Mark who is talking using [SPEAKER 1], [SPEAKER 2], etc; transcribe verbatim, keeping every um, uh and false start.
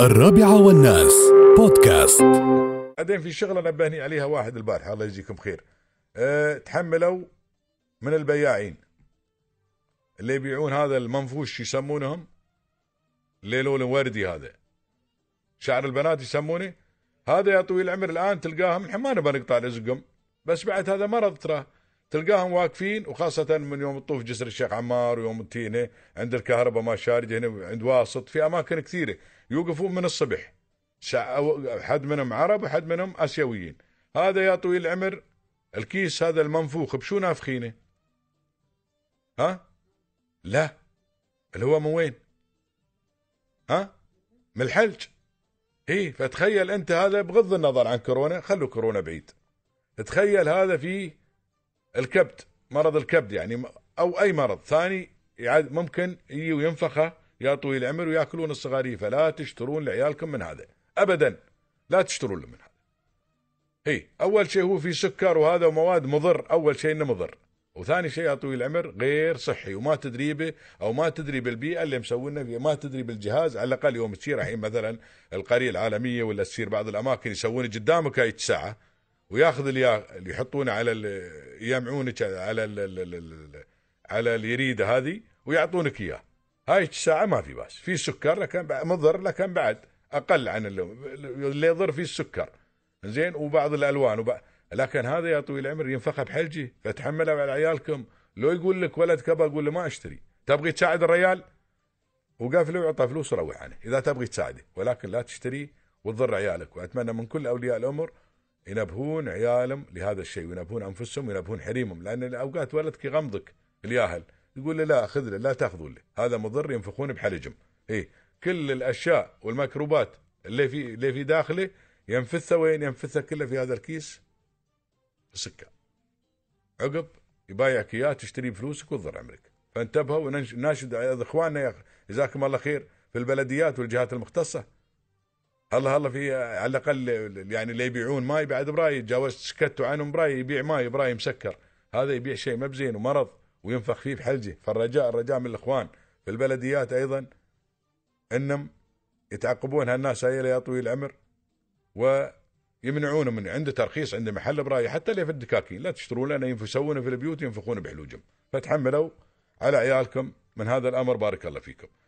[SPEAKER 1] الرابعة والناس بودكاست.
[SPEAKER 2] بعدين في شغلة نبهني عليها واحد البارح، الله يجزيكم خير. أه تحملوا من البياعين اللي يبيعون هذا المنفوش يسمونهم ليلول وردي، هذا شعر البنات يسمونه. هذا يا طويل العمر الآن تلقاهم، نحن ما نبغى نقطع رزقهم، بس بعد هذا مرض ترى. تلقاهم واقفين، وخاصة من يوم الطوف جسر الشيخ عمار ويوم التينة عند الكهرباء ما شارجة هنا عند واسط، في أماكن كثيرة يوقفون من الصبح. حد منهم عرب وحد منهم آسيويين. هذا يا طويل العمر الكيس هذا المنفوخ بشو نافخينه؟ ها؟ لا، اللي هو من وين؟ ها؟ من الحلج. ايه، فتخيل انت هذا بغض النظر عن كورونا، خلوا كورونا بعيد. تخيل هذا فيه الكبد، مرض الكبد يعني، او اي مرض ثاني ممكن يجي وينفخه يا طويل العمر وياكلون الصغاري. فلا تشترون لعيالكم من هذا ابدا، لا تشترون له من هذا. اي، اول شيء هو في سكر وهذا ومواد مضر، اول شيء انه مضر، وثاني شيء يا طويل العمر غير صحي، وما تدري به او ما تدري بالبيئه اللي مسوينا فيها، ما تدري بالجهاز. على الاقل يوم تسير الحين مثلا القريه العالميه ولا تسير بعض الاماكن يسوون قدامك هاي الساعه، وياخذ اللي يحطونه على يجمعونك على ال على اليريده هذه ويعطونك اياه. هاي الساعه ما في باس، في سكر لكن مضر، لكن بعد اقل عن اللي يضر فيه السكر، زين، وبعض الالوان وبعض. لكن هذا يا طويل العمر ينفخ بحلجي، فتحملوا على عيالكم. لو يقول لك ولد كبر قول له ما اشتري، تبغي تساعد الريال وقافله ويعطى فلوس وروح عنه اذا تبغي تساعده، ولكن لا تشتري وتضر عيالك. واتمنى من كل اولياء الامور ينبهون عيالهم لهذا الشيء، وينبهون انفسهم وينبهون حريمهم، لان الاوقات ولدك يغمضك الياهل يقول له لا خذ له، لا تاخذوا له، هذا مضر، ينفخون بحلجهم. ايه، كل الاشياء والميكروبات اللي في اللي في داخله ينفثها وين؟ ينفثها كلها في هذا الكيس السكر. عقب يبايعك اياه تشتري بفلوسك وتضر عمرك. فانتبهوا، وناشد اخواننا جزاكم الله خير في البلديات والجهات المختصه. الله الله في على الاقل يعني اللي يبيعون ماي بعد براي، تجاوزت سكتوا عنهم براي، يبيع ماي براي مسكر، هذا يبيع شيء ما بزين ومرض وينفخ فيه بحلجه. فالرجاء الرجاء من الاخوان في البلديات ايضا انهم يتعقبون هالناس هاي يا طويل العمر، ويمنعونه من عنده ترخيص، عنده محل براي، حتى اللي في الدكاكين لا تشترون، لانه يسوونه في البيوت ينفخون بحلوجهم. فتحملوا على عيالكم من هذا الامر، بارك الله فيكم.